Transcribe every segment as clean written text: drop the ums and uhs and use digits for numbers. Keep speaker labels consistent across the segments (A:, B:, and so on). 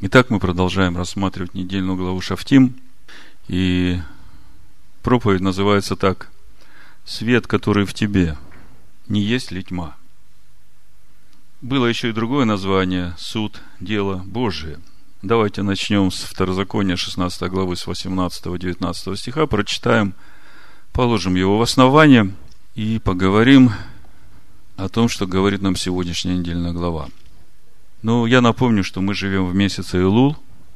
A: Итак, мы продолжаем рассматривать недельную главу Шафтим, и проповедь называется так: «Свет, который в тебе, не есть ли тьма?» Было еще и другое название: «Суд, дело Божие». Давайте начнем с Второзакония 16 главы, с 18-19 стиха, прочитаем, положим его в основание и поговорим о том, что говорит нам сегодняшняя недельная глава. Но я напомню, что мы живем в месяце Илул.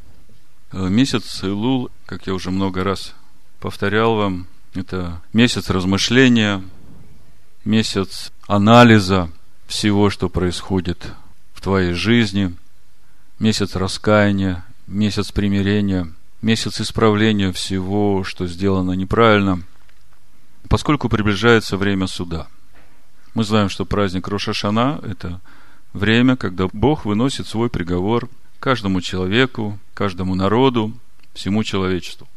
A: Месяц Илул, как я уже много раз повторял вам, это месяц размышления, месяц анализа всего, что происходит в твоей жизни, месяц раскаяния, месяц примирения, месяц исправления всего, что сделано неправильно, поскольку приближается время суда. Мы знаем, что праздник Рош ха-Шана – это время, когда Бог выносит свой приговор каждому человеку, каждому народу, всему человечеству.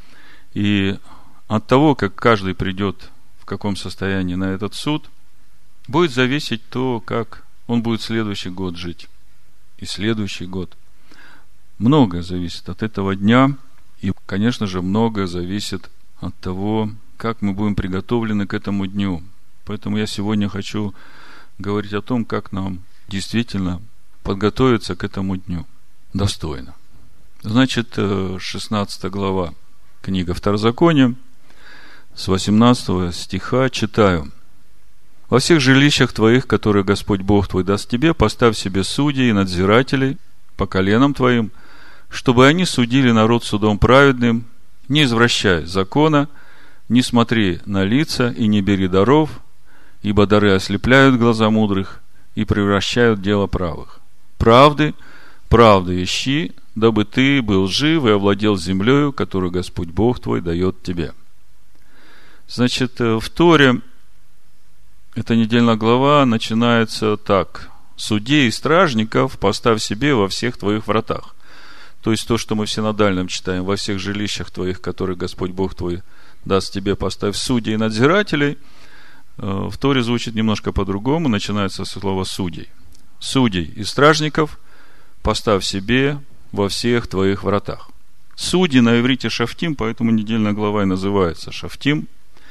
A: И от того, как каждый придет в каком состоянии на этот суд, будет зависеть то, как он будет следующий год жить. И следующий год. Многое зависит от этого дня, и, конечно же, многое зависит от того, как мы будем приготовлены к этому дню. Поэтому я сегодня хочу говорить о том, как нам действительно подготовиться к этому дню достойно. Значит, 16 глава, книга Второзакония, с 18 стиха читаю: «Во всех жилищах твоих, которые Господь Бог твой даст тебе, поставь себе судей и надзирателей по коленам твоим, чтобы они судили народ судом праведным, не извращай закона, не смотри на лица и не бери даров, ибо дары ослепляют глаза мудрых и превращают дело правых. Правды ищи, дабы ты был жив и овладел землею, которую Господь Бог твой дает тебе». Значит, в Торе эта недельная глава начинается так: «Судей и стражников поставь себе во всех твоих вратах». То есть то, что мы в синодальном читаем: «Во всех жилищах твоих, которые Господь Бог твой даст тебе, поставь судей и надзирателей», в Торе звучит немножко по-другому, начинается со слова «судей». «Судей и стражников поставь себе во всех твоих вратах». Судьи на иврите шафтим, поэтому недельная глава и называется шафтим.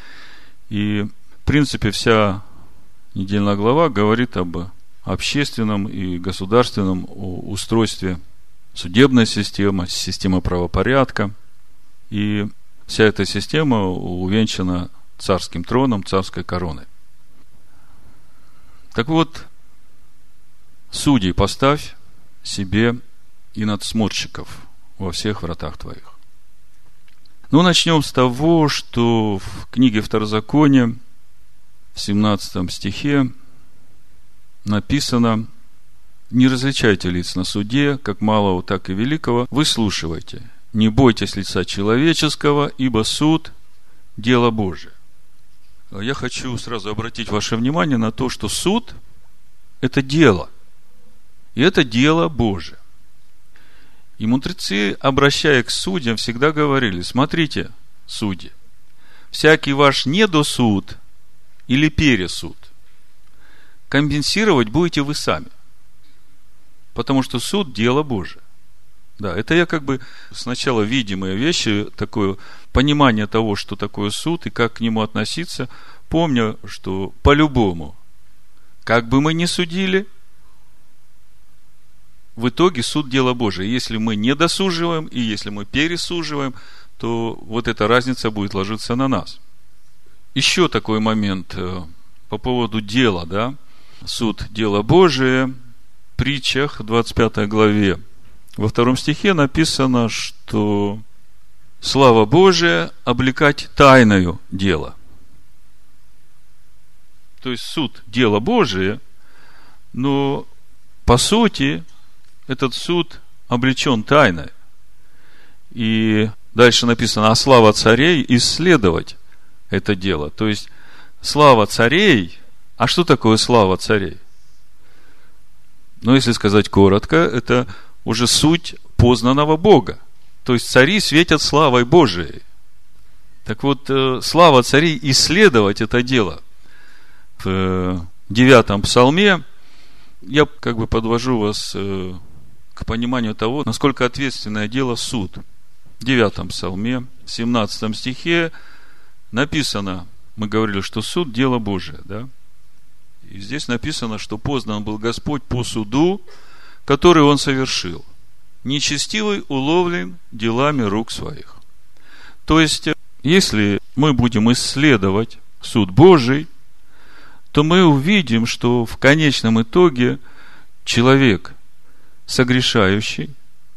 A: И, в принципе, вся недельная глава говорит об общественном и государственном устройстве судебной системы, системы правопорядка. И вся эта система увенчана царским троном, царской короной. Так вот, судей поставь себе и надсмотрщиков во всех вратах твоих. Ну, начнем с того, что в книге Второзакония, в 17 стихе написано: «Не различайте лиц на суде, как малого, так и великого, выслушивайте. Не бойтесь лица человеческого, ибо суд – дело Божие». Я хочу сразу обратить ваше внимание на то, что суд – это дело. И это дело Божие. И мудрецы, обращаясь к судьям, всегда говорили: смотрите, судьи, всякий ваш недосуд или пересуд компенсировать будете вы сами. Потому что суд – дело Божие. Да, это я как бы сначала видимые вещи, такое понимание того, что такое суд и как к нему относиться, помня, что по-любому, как бы мы ни судили, в итоге суд – дело Божие. Если мы не досуживаем и если мы пересуживаем, то вот эта разница будет ложиться на нас. Еще такой момент по поводу дела, да? Суд – дело Божие. В притчах, 25 главе, во 2 стихе написано, что слава Божия облекать тайною дело. То есть суд – дело Божие, но по сути этот суд облечен тайной. И дальше написано: а слава царей исследовать это дело. То есть слава царей. А что такое слава царей? Ну, если сказать коротко, это уже суть познанного Бога. То есть цари светят славой Божией. Так вот, слава царей исследовать это дело. В 9 псалме я как бы подвожу вас к пониманию того, насколько ответственное дело суд. В 9 псалме, 17 стихе написано, мы говорили, что суд – дело Божие, да? И здесь написано, что познан был Господь по суду, который Он совершил. Нечестивый уловлен делами рук своих. То есть, если мы будем исследовать суд Божий, то мы увидим, что в конечном итоге человек, согрешающий,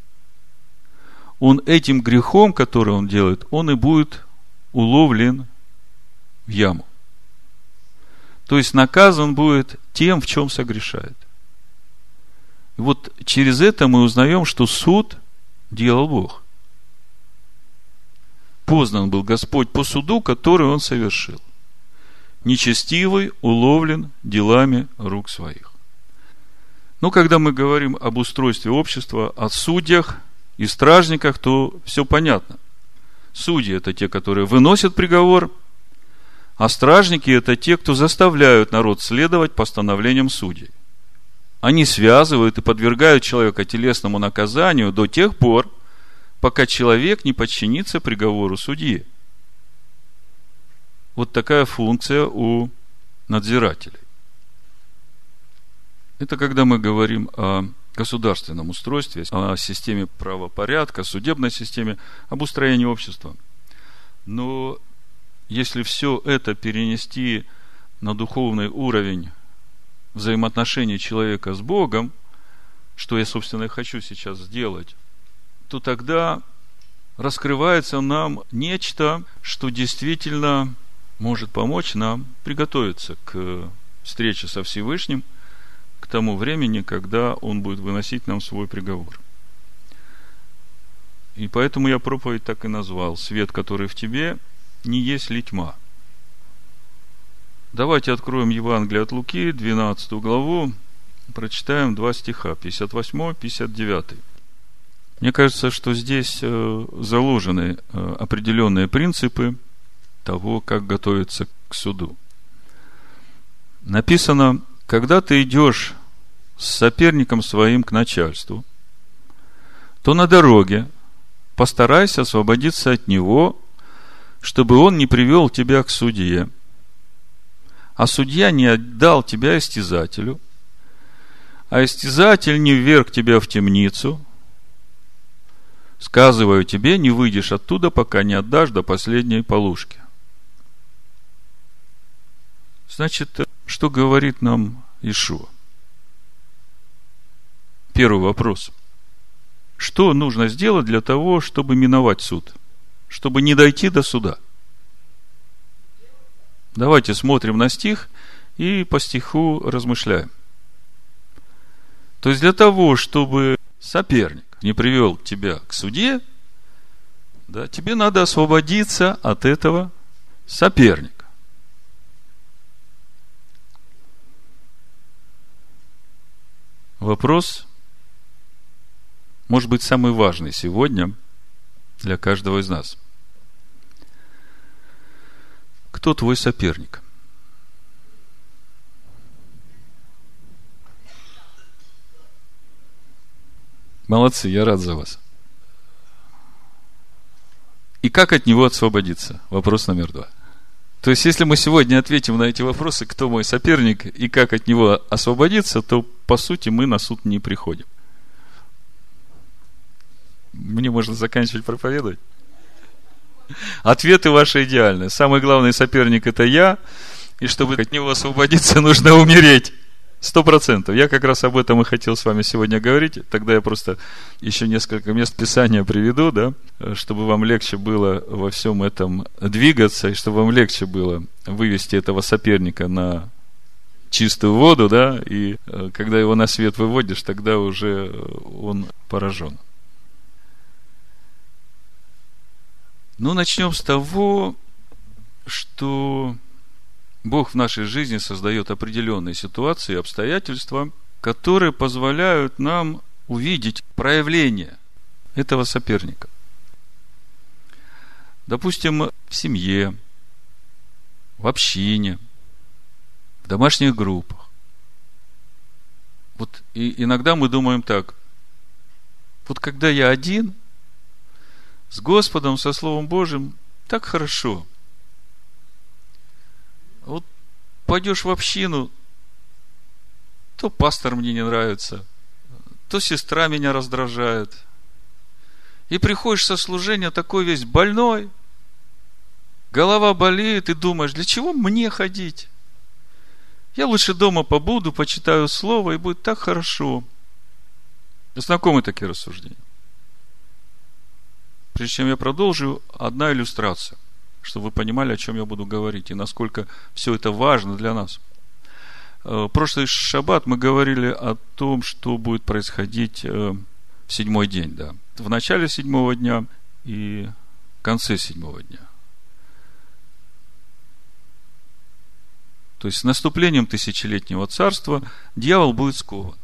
A: он этим грехом, который он делает, он и будет уловлен в яму. То есть наказан будет тем, в чем согрешает. И вот через это мы узнаем, что суд делал Бог. Познан был Господь по суду, который Он совершил. Нечестивый уловлен делами рук своих. Но когда мы говорим об устройстве общества, о судьях и стражниках, то все понятно. Судьи – это те, которые выносят приговор, а стражники – это те, кто заставляют народ следовать постановлениям судей. Они связывают и подвергают человека телесному наказанию до тех пор, пока человек не подчинится приговору судьи. Вот такая функция у надзирателей. Это когда мы говорим о государственном устройстве, о системе правопорядка, судебной системе, об устроении общества. Но если все это перенести на духовный уровень взаимоотношений человека с Богом, что я, собственно, и хочу сейчас сделать, то тогда раскрывается нам нечто, что действительно может помочь нам приготовиться к встрече со Всевышним, к тому времени, когда Он будет выносить нам свой приговор. И поэтому я проповедь так и назвал: «Свет, который в тебе, не есть ли тьма». Давайте откроем Евангелие от Луки, 12 главу, прочитаем 2 стиха, 58-59. Мне кажется, что здесь заложены определенные принципы того, как готовиться к суду. Написано: когда ты идешь с соперником своим к начальству, то на дороге постарайся освободиться от него, чтобы он не привел тебя к судье, а судья не отдал тебя истязателю, а истязатель не вверг тебя в темницу. Сказываю тебе, не выйдешь оттуда, пока не отдашь до последней полушки. Значит, что говорит нам Иешуа? Первый вопрос. Что нужно сделать для того, чтобы миновать суд? Чтобы не дойти до суда? Давайте смотрим на стих и по стиху размышляем. То есть для того, чтобы соперник не привел тебя к судье, да, тебе надо освободиться от этого соперника. Вопрос, может быть, самый важный сегодня для каждого из нас. Кто твой соперник? Молодцы, я рад за вас. И как от него освободиться? Вопрос номер 2. То есть, если мы сегодня ответим на эти вопросы, кто мой соперник и как от него освободиться, то, по сути, мы на суд не приходим. Мне можно заканчивать проповедовать? Ответы ваши идеальны. Самый главный соперник – это я, и чтобы от него освободиться, нужно умереть. 100%. Я как раз об этом и хотел с вами сегодня говорить. Тогда я просто еще несколько мест Писания приведу, да, чтобы вам легче было во всем этом двигаться, и чтобы вам легче было вывести этого соперника на чистую воду, да, и когда его на свет выводишь, тогда уже он поражен. Ну, начнем с того, что Бог в нашей жизни создает определенные ситуации и обстоятельства, которые позволяют нам увидеть проявление этого соперника. Допустим, в семье, в общине, в домашних группах. Вот и иногда мы думаем так: Вот когда я один, с Господом, со Словом Божьим, так хорошо. Вот пойдешь в общину, то пастор мне не нравится, то сестра меня раздражает. И приходишь со служения такой весь больной, голова болеет, и думаешь, для чего мне ходить? Я лучше дома побуду, почитаю Слово, и будет так хорошо. Знакомы такие рассуждения? Прежде чем я продолжу, одна иллюстрация, чтобы вы понимали, о чем я буду говорить, и насколько все это важно для нас. В прошлый шаббат мы говорили о том, что будет происходить в седьмой день, да. В начале седьмого дня и в конце седьмого дня. То есть с наступлением тысячелетнего царства дьявол будет скован.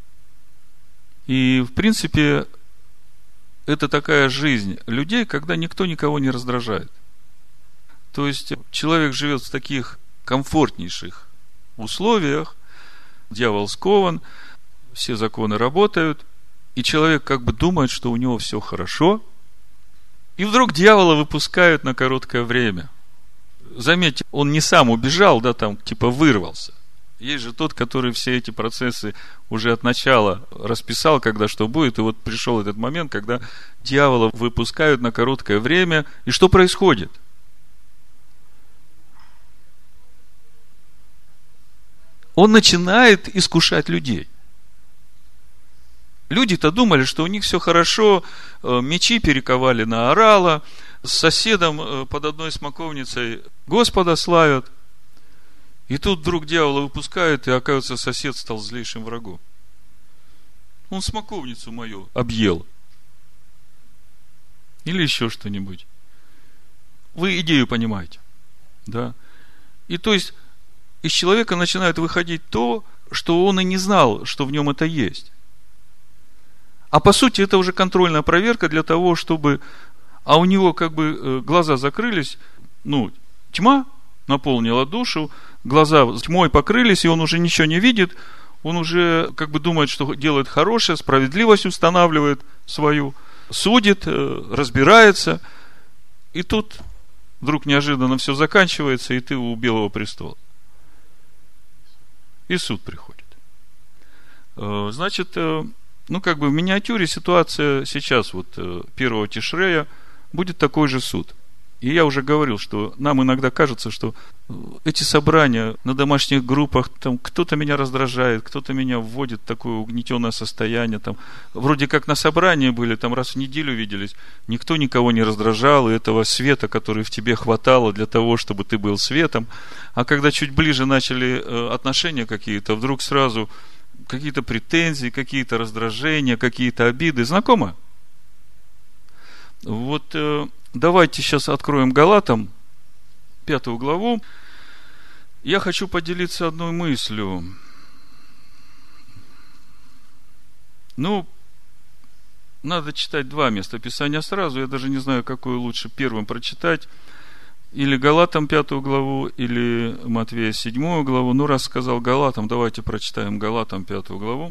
A: И в принципе это такая жизнь людей, когда никто никого не раздражает. То есть человек живет в таких комфортнейших условиях, дьявол скован, все законы работают, и человек как бы думает, что у него все хорошо, и вдруг дьявола выпускают на короткое время. Заметьте, он не сам убежал, да, там, типа вырвался. Есть же тот, который все эти процессы уже от начала расписал, когда что будет, и вот пришел этот момент, когда дьявола выпускают на короткое время, и что происходит? Он начинает искушать людей. Люди-то думали, что у них все хорошо, мечи перековали на орала, с соседом под одной смоковницей Господа славят. И тут вдруг дьявола выпускают, и оказывается, сосед стал злейшим врагом. Он смоковницу мою объел. Или еще что-нибудь. Вы идею понимаете? Да? И то есть из человека начинает выходить то, что он и не знал, что в нем это есть. А по сути это уже контрольная проверка для того, чтобы... А у него как бы глаза закрылись, тьма наполнила душу, глаза тьмой покрылись, и он уже ничего не видит, он уже как бы думает, что делает хорошее, справедливость устанавливает свою, судит, разбирается, и тут вдруг неожиданно все заканчивается, и ты у Белого престола. И суд приходит. Значит, в миниатюре ситуация сейчас, 1 Тишрея, будет такой же суд. И я уже говорил, что нам иногда кажется, что эти собрания на домашних группах, там кто-то меня раздражает, кто-то меня вводит в такое угнетенное состояние, там вроде как на собрании были, там раз в неделю виделись, никто никого не раздражал, и этого света, который в тебе хватало для того, чтобы ты был светом. А когда чуть ближе начали отношения какие-то, вдруг сразу какие-то претензии, какие-то раздражения, какие-то обиды. Знакомо? Давайте сейчас откроем Галатам 5 главу. Я хочу поделиться одной мыслью. Надо читать два места Писания сразу. Я даже не знаю, какое лучше первым прочитать. Или Галатам 5 главу, или Матвея 7 главу. Раз сказал Галатам, давайте прочитаем Галатам 5 главу.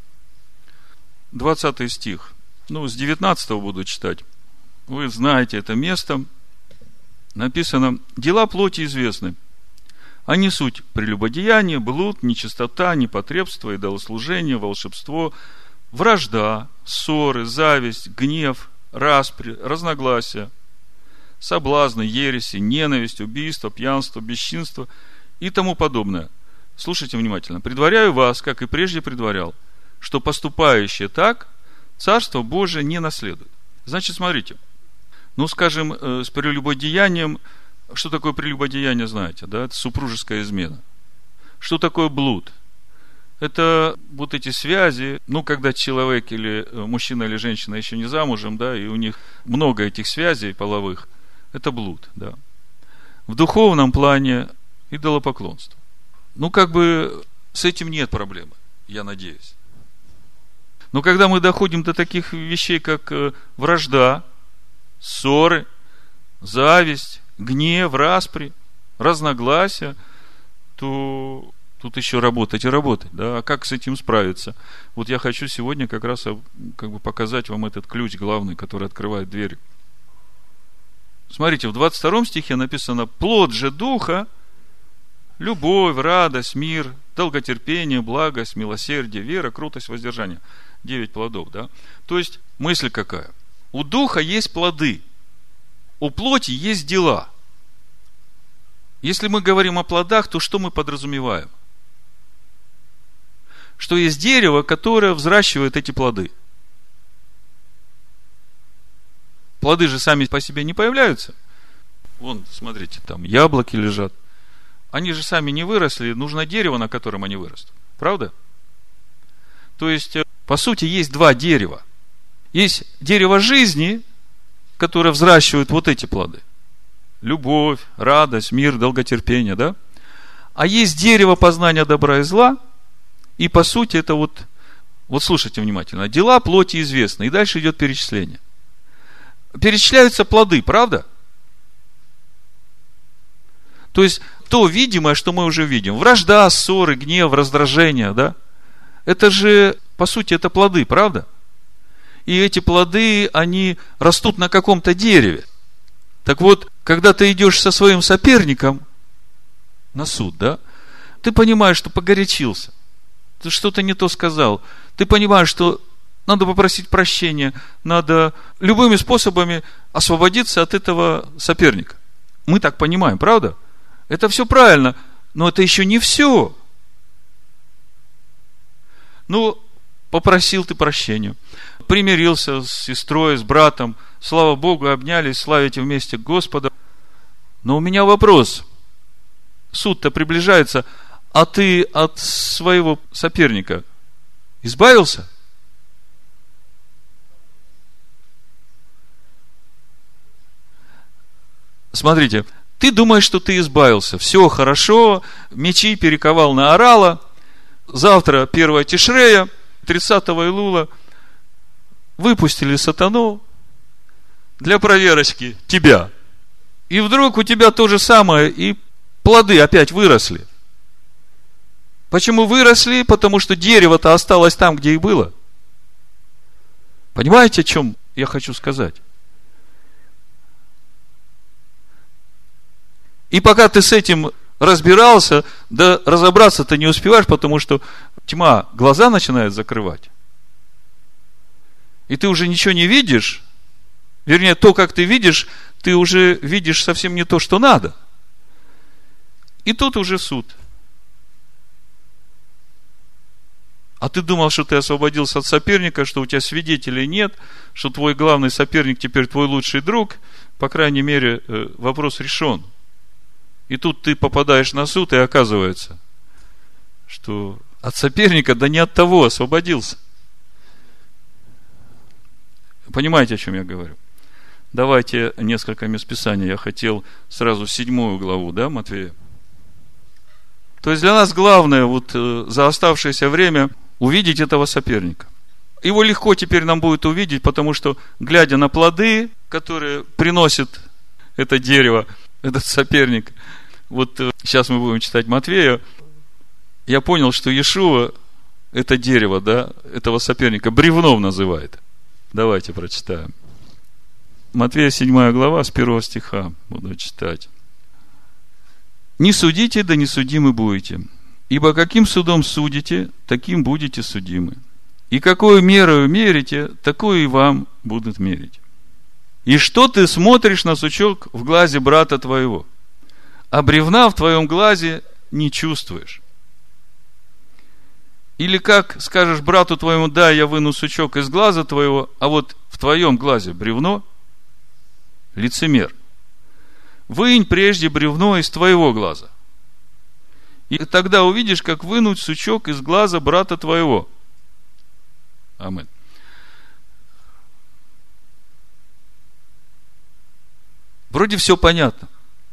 A: 20 стих. С 19 буду читать. Вы знаете это место. Написано: дела плоти известны. Они суть прелюбодеяние, блуд, нечистота, непотребство, идолослужение, волшебство, вражда, ссоры, зависть, гнев, распри, разногласия, соблазны, ереси, ненависть, убийство, пьянство, бесчинство и тому подобное. Слушайте внимательно. Предваряю вас, как и прежде предварял, что поступающие так Царство Божие не наследует. Значит, смотрите. С прелюбодеянием, что такое прелюбодеяние, знаете, да? Это супружеская измена. Что такое блуд? Это эти связи, когда человек или мужчина или женщина еще не замужем, да, и у них много этих связей половых, это блуд, да. В духовном плане идолопоклонство. С этим нет проблемы, я надеюсь. Но когда мы доходим до таких вещей, как вражда, ссоры, зависть, гнев, распри, разногласия, то Тут еще работать и работать, да, а как с этим справиться? Вот я хочу сегодня как раз показать вам этот ключ главный, который открывает дверь. Смотрите, в 22 стихе написано: плод же духа — любовь, радость, мир, долготерпение, благость, милосердие, вера, кротость, воздержание. 9 плодов, да? То есть, мысль какая? У духа есть плоды, у плоти есть дела. Если мы говорим о плодах, то что мы подразумеваем? Что есть дерево, которое взращивает эти плоды. Плоды же сами по себе не появляются. Вон, смотрите, там яблоки лежат. Они же сами не выросли, нужно дерево, на котором они вырастут. Правда? То есть, по сути, есть два дерева. Есть дерево жизни, которое взращивает вот эти плоды. Любовь, радость, мир, долготерпение, да? А есть дерево познания добра и зла, и по сути это вот слушайте внимательно, дела плоти известны, и дальше идет перечисление. Перечисляются плоды, правда? То есть, то видимое, что мы уже видим, вражда, ссоры, гнев, раздражение, да? Это же, по сути, это плоды, правда? И эти плоды, они растут на каком-то дереве. Так вот, когда ты идешь со своим соперником на суд, да, ты понимаешь, что погорячился, ты что-то не то сказал, ты понимаешь, что надо попросить прощения, надо любыми способами освободиться от этого соперника. Мы так понимаем, правда? Это все правильно, но это еще не все. Ну, попросил ты прощения, примирился с сестрой, с братом, слава Богу, обнялись, славите вместе Господа. Но у меня вопрос. Суд-то приближается, а ты от своего соперника избавился? Смотрите, ты думаешь, что ты избавился. Все хорошо, мечи перековал на орала. Завтра 1 Тишрея, 30 Илула, выпустили сатану для проверочки тебя. И вдруг у тебя то же самое, и плоды опять выросли. Почему выросли? Потому что дерево-то осталось там, где и было. Понимаете, о чем я хочу сказать? И пока ты с этим разбирался, да разобраться ты не успеваешь, потому что тьма глаза начинает закрывать. И ты уже ничего не видишь. Вернее, то, как ты видишь, ты уже видишь совсем не то, что надо. И тут уже суд. А ты думал, что ты освободился от соперника, что у тебя свидетелей нет, что твой главный соперник теперь твой лучший друг. По крайней мере, вопрос решен. И тут ты попадаешь на суд, и оказывается, что от соперника, да не от того освободился. Понимаете, о чем я говорю? Давайте несколько мест Писания. Я хотел сразу 7 главу, да, Матвея. То есть для нас главное за оставшееся время увидеть этого соперника. Его легко теперь нам будет увидеть, потому что, глядя на плоды, которые приносит это дерево, этот соперник, сейчас мы будем читать Матвея, я понял, что Иешуа это дерево, да, этого соперника бревном называет. Давайте прочитаем. Матвея 7 глава, с 1 стиха буду читать. «Не судите, да не судимы будете, ибо каким судом судите, таким будете судимы. И какую мерою мерите, такую и вам будут мерить. И что ты смотришь на сучок в глазе брата твоего, а бревна в твоем глазе не чувствуешь? Или как скажешь брату твоему: да, я выну сучок из глаза твоего, а вот в твоем глазе бревно? Лицемер. Вынь прежде бревно из твоего глаза, и тогда увидишь, как вынуть сучок из глаза брата твоего». Аминь. Вроде все понятно.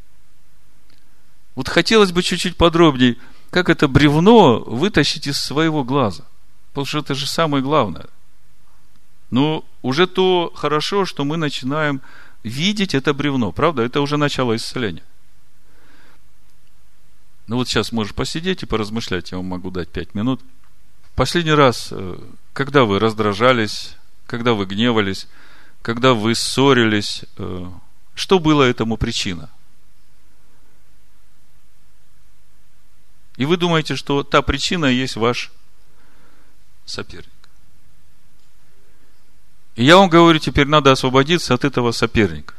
A: Хотелось бы чуть-чуть подробнее, как это бревно вытащить из своего глаза. Потому что это же самое главное. Но уже то хорошо, что мы начинаем видеть это бревно. Правда? Это уже начало исцеления. Ну вот сейчас можешь посидеть и поразмышлять, я вам могу дать 5 минут. Последний раз, когда вы раздражались, когда вы гневались, когда вы ссорились, что было этому причина? И вы думаете, что та причина есть ваш соперник. И я вам говорю, теперь надо освободиться от этого соперника.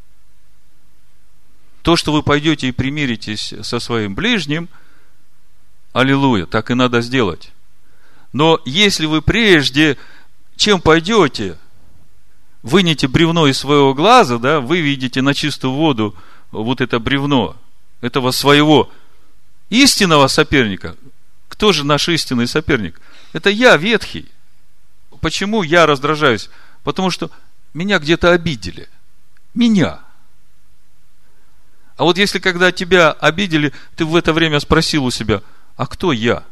A: То, что вы пойдете и примиритесь со своим ближним, аллилуйя, так и надо сделать. Но если вы прежде, чем пойдете, вынете бревно из своего глаза, да, выведете на чистую воду вот это бревно, этого своего истинного соперника. Кто же наш истинный соперник? Это я, ветхий. Почему я раздражаюсь? Потому что меня где-то обидели. Меня. А вот если когда тебя обидели, ты в это время спросил у себя, а кто я?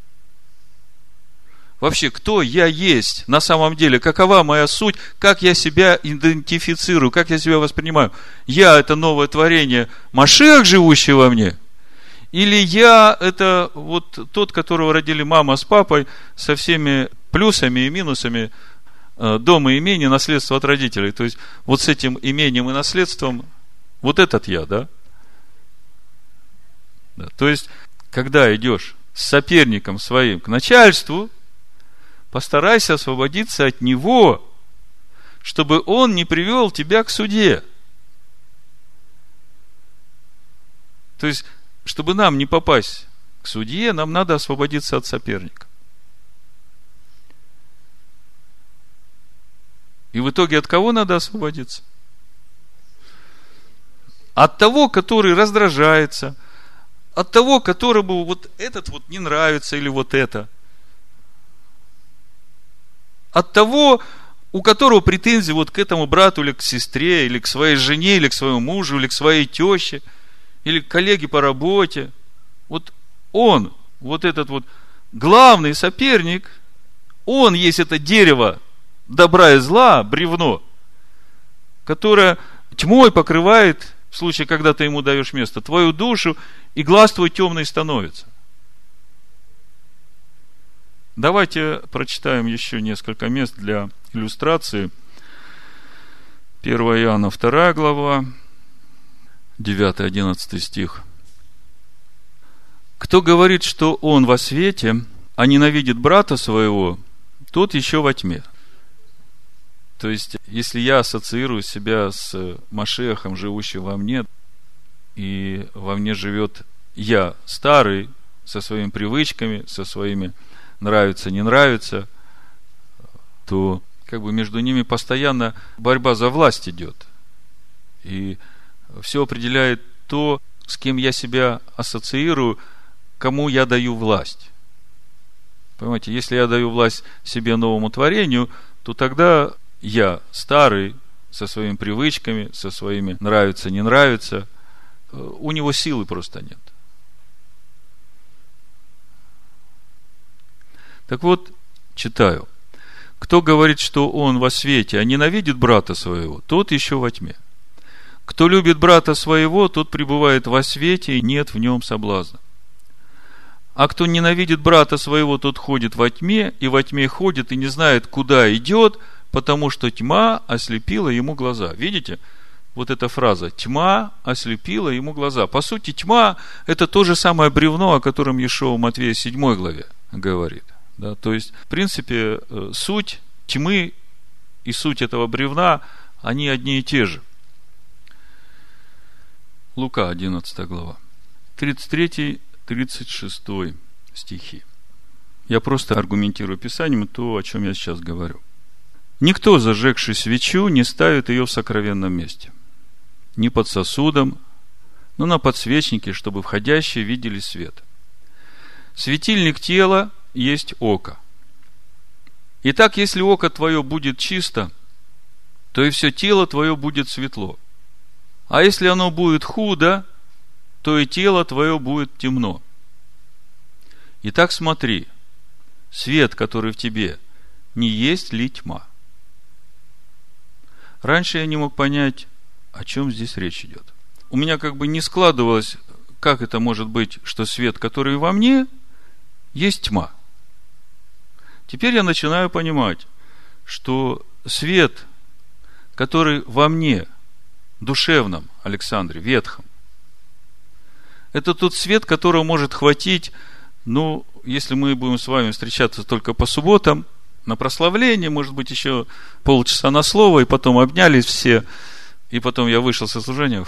A: Вообще, кто я есть на самом деле? Какова моя суть? Как я себя идентифицирую? Как я себя воспринимаю? Я – это новое творение Машиах, живущий во мне? Или я – это вот тот, которого родили мама с папой, со всеми плюсами и минусами дома и имения, наследство от родителей? То есть, вот с этим имением и наследством, вот этот я, да? Да. То есть, когда идешь с соперником своим к начальству, постарайся освободиться от него, чтобы он не привел тебя к суде. То есть, чтобы нам не попасть к судье, нам надо освободиться от соперника. И в итоге от кого надо освободиться? От того, который раздражается, от того, которому вот этот вот не нравится, или вот это. От того, у которого претензии вот к этому брату, или к сестре, или к своей жене, или к своему мужу, или к своей теще, или к коллеге по работе. Вот он, вот этот вот главный соперник, он есть это дерево добра и зла, бревно, которое тьмой покрывает, в случае, когда ты ему даешь место, твою душу, и глаз твой темный становится. Давайте прочитаем еще несколько мест для иллюстрации. 1 Иоанна 2 глава, 9-11 стих. Кто говорит, что он во свете, а ненавидит брата своего, тот еще во тьме. То есть, если я ассоциирую себя с Машиахом, живущим во мне, и во мне живет я, старый, со своими привычками, со своими нравится, не нравится, то как бы между ними постоянно борьба за власть идет. И все определяет то, с кем я себя ассоциирую, кому я даю власть. Понимаете, если я даю власть себе, новому творению, то тогда я, старый, со своими привычками, со своими нравится, не нравится, у него силы просто нет. Так вот, читаю. Кто говорит, что он во свете, а ненавидит брата своего, тот еще во тьме. Кто любит брата своего, тот пребывает во свете, и нет в нем соблазна. А кто ненавидит брата своего, тот ходит во тьме, и во тьме ходит, и не знает, куда идет, потому что тьма ослепила ему глаза. Видите? Вот эта фраза «тьма ослепила ему глаза». По сути, тьма – это то же самое бревно, о котором Иешуа в Матвея 7 главе говорит. Да? То есть, в принципе, суть тьмы и суть этого бревна, они одни и те же. Лука 11 глава, 33-36 стихи. Я просто аргументирую Писанием то, о чем я сейчас говорю. Никто, зажегший свечу, не ставит ее в сокровенном месте, не под сосудом, но на подсвечнике, чтобы входящие видели свет. Светильник тела есть око. Итак, если око твое будет чисто, то и все тело твое будет светло. А если оно будет худо, то и тело твое будет темно. Итак, смотри, свет, который в тебе, не есть ли тьма? Раньше я не мог понять, о чем здесь речь идет. У меня как бы не складывалось как это может быть, что свет, который во мне, есть тьма? Теперь я начинаю понимать, что свет, который во мне, душевном, Александре, ветхом, это тот свет, которого может хватить, если мы будем с вами встречаться только по субботам, на прославление, может быть, еще полчаса на слово, и потом обнялись все, и потом я вышел со служения,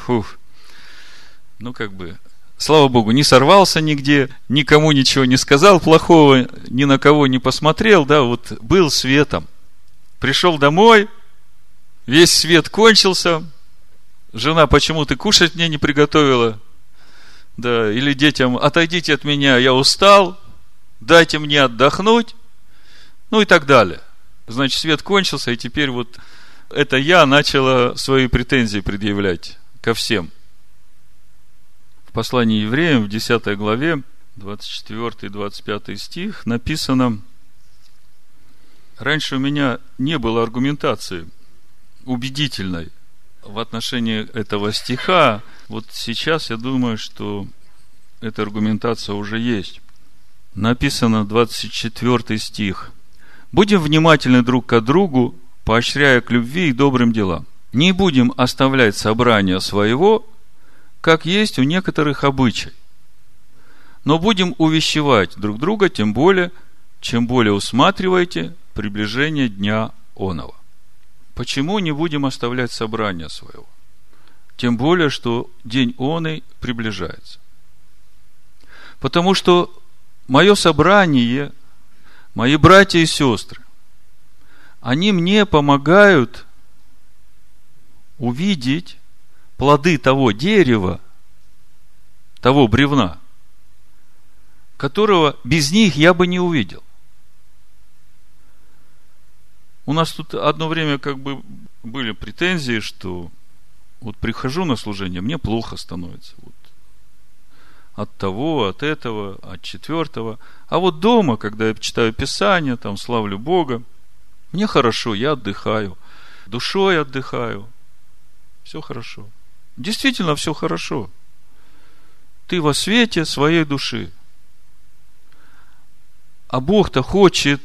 A: слава Богу, не сорвался нигде, никому ничего не сказал плохого, ни на кого не посмотрел, был светом. Пришел домой, весь свет кончился, жена почему-то кушать мне не приготовила, или детям: отойдите от меня, я устал, дайте мне отдохнуть, и так далее. Значит, свет кончился, и теперь это я начала свои претензии предъявлять ко всем. В послании евреям, в 10 главе, 24-25 стих написано: раньше у меня не было аргументации убедительной в отношении этого стиха. Сейчас я думаю, что эта аргументация уже есть. Написано 24 стих: будем внимательны друг к другу, поощряя к любви и добрым делам. Не будем оставлять собрания своего, как есть у некоторых обычай, но будем увещевать друг друга, тем более, чем более усматриваете приближение дня оного. Почему не будем оставлять собрания своего? Тем более, что день оный приближается. Потому что мое собрание, мои братья и сестры, они мне помогают увидеть плоды того дерева, того бревна, которого без них я бы не увидел. У нас тут одно время были претензии, что прихожу на служение, мне плохо становится. От того, от этого, от четвертого. А дома, когда я читаю Писание, славлю Бога, мне хорошо, я отдыхаю, душой отдыхаю, все хорошо. Действительно, все хорошо. Ты во свете своей души. А Бог-то хочет,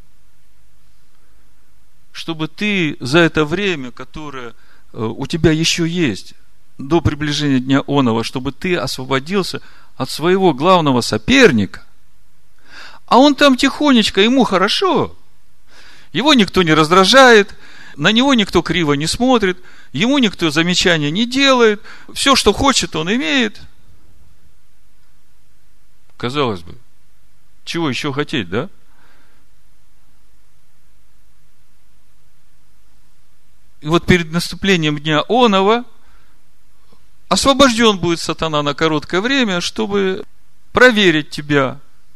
A: чтобы ты за это время, которое у тебя еще есть, до приближения дня оного, чтобы ты освободился от своего главного соперника. А он там тихонечко, ему хорошо. Его никто не раздражает, на него никто криво не смотрит, ему никто замечания не делает, все, что хочет, он имеет. Казалось бы, чего еще хотеть, да? И перед наступлением дня оного освобожден будет сатана на короткое время, чтобы проверить тебя.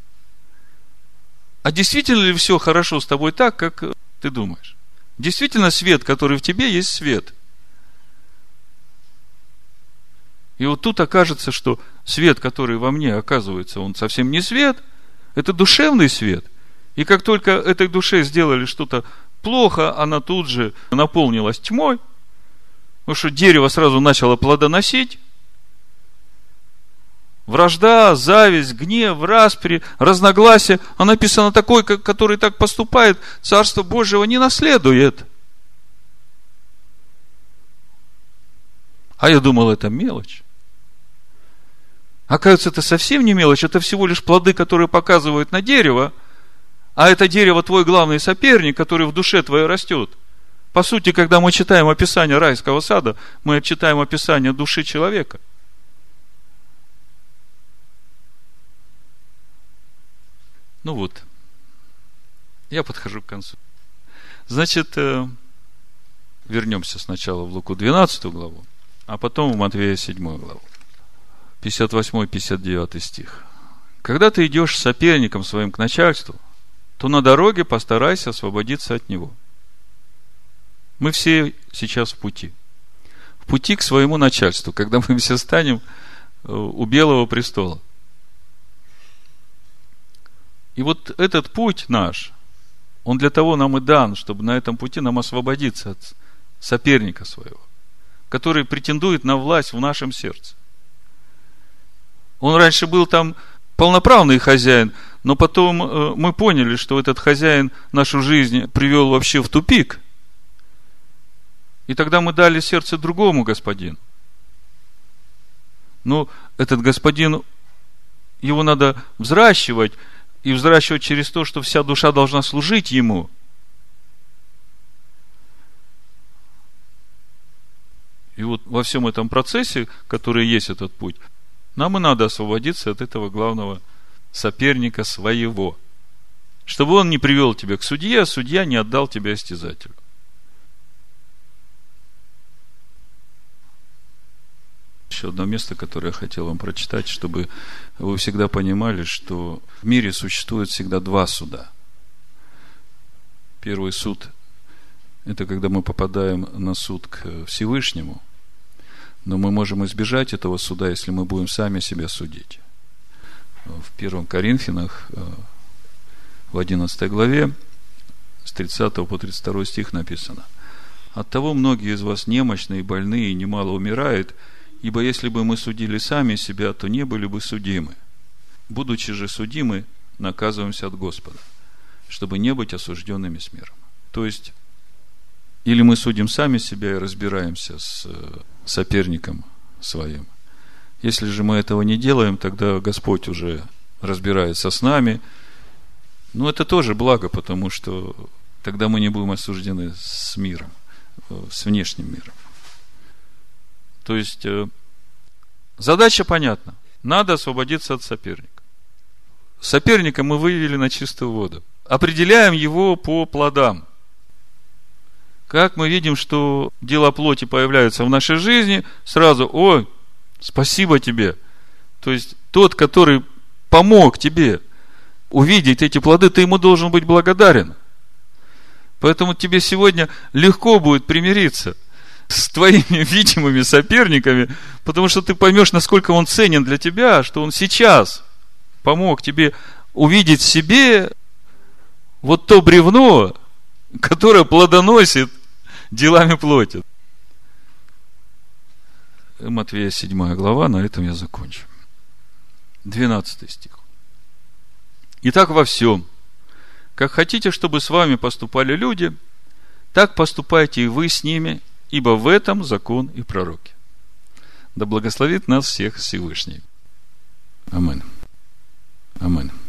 A: А действительно ли все хорошо с тобой так, как ты думаешь? Действительно, свет, который в тебе, есть свет. И тут окажется, что свет, который во мне, оказывается, он совсем не свет, это душевный свет. И как только этой душе сделали что-то плохо, она тут же наполнилась тьмой, потому что дерево сразу начало плодоносить. Вражда, зависть, гнев, распри, разногласия. А написано: такой, который так поступает, Царство Божьего не наследует. А я думал, это мелочь. Оказывается, это совсем не мелочь. Это всего лишь плоды, которые показывают на дерево. А это дерево твой главный соперник, который в душе твоей растет. По сути, когда мы читаем описание райского сада, мы читаем описание души человека. Я подхожу к концу. Значит, вернемся сначала в Луку 12 главу, а потом в Матвея 7 главу. 58-59 стих. Когда ты идешь с соперником своим к начальству, то на дороге постарайся освободиться от него. Мы все сейчас в пути. В пути к своему начальству, когда мы все станем у Белого престола. И этот путь наш, он для того нам и дан, чтобы на этом пути нам освободиться от соперника своего, который претендует на власть в нашем сердце. Он раньше был там полноправный хозяин, но потом мы поняли, что этот хозяин нашу жизнь привел вообще в тупик. И тогда мы дали сердце другому господину. Но этот господин, его надо взращивать, и взращивать через то, что вся душа должна служить ему. И вот во всем этом процессе, который есть этот путь, нам и надо освободиться от этого главного соперника своего. Чтобы он не привел тебя к судье, а судья не отдал тебя истязателю. Еще одно место, которое я хотел вам прочитать, чтобы вы всегда понимали, что в мире существует всегда два суда. Первый суд – это когда мы попадаем на суд к Всевышнему, но мы можем избежать этого суда, если мы будем сами себя судить. В 1 Коринфянах, в 11 главе, с 30 по 32 стих написано: «Оттого многие из вас немощные, больные, и немало умирают, ибо если бы мы судили сами себя, то не были бы судимы. Будучи же судимы, наказываемся от Господа, чтобы не быть осужденными с миром». То есть, или мы судим сами себя и разбираемся с соперником своим. Если же мы этого не делаем, тогда Господь уже разбирается с нами. Но это тоже благо, потому что тогда мы не будем осуждены с миром, с внешним миром. То есть, задача понятна. Надо освободиться от соперника. Соперника мы вывели на чистую воду. Определяем его по плодам. Как мы видим, что дела плоти появляются в нашей жизни, сразу: ой, спасибо тебе. То есть, тот, который помог тебе увидеть эти плоды, ты ему должен быть благодарен. Поэтому тебе сегодня легко будет примириться с твоими видимыми соперниками, потому что ты поймешь, насколько он ценен для тебя, что он сейчас помог тебе увидеть в себе вот то бревно, которое плодоносит делами плоти. Матфея 7 глава, на этом я закончу. 12 стих. «Итак, во всем, как хотите, чтобы с вами поступали люди, так поступайте и вы с ними, ибо в этом закон и пророки». Да благословит нас всех Всевышний. Аминь. Аминь.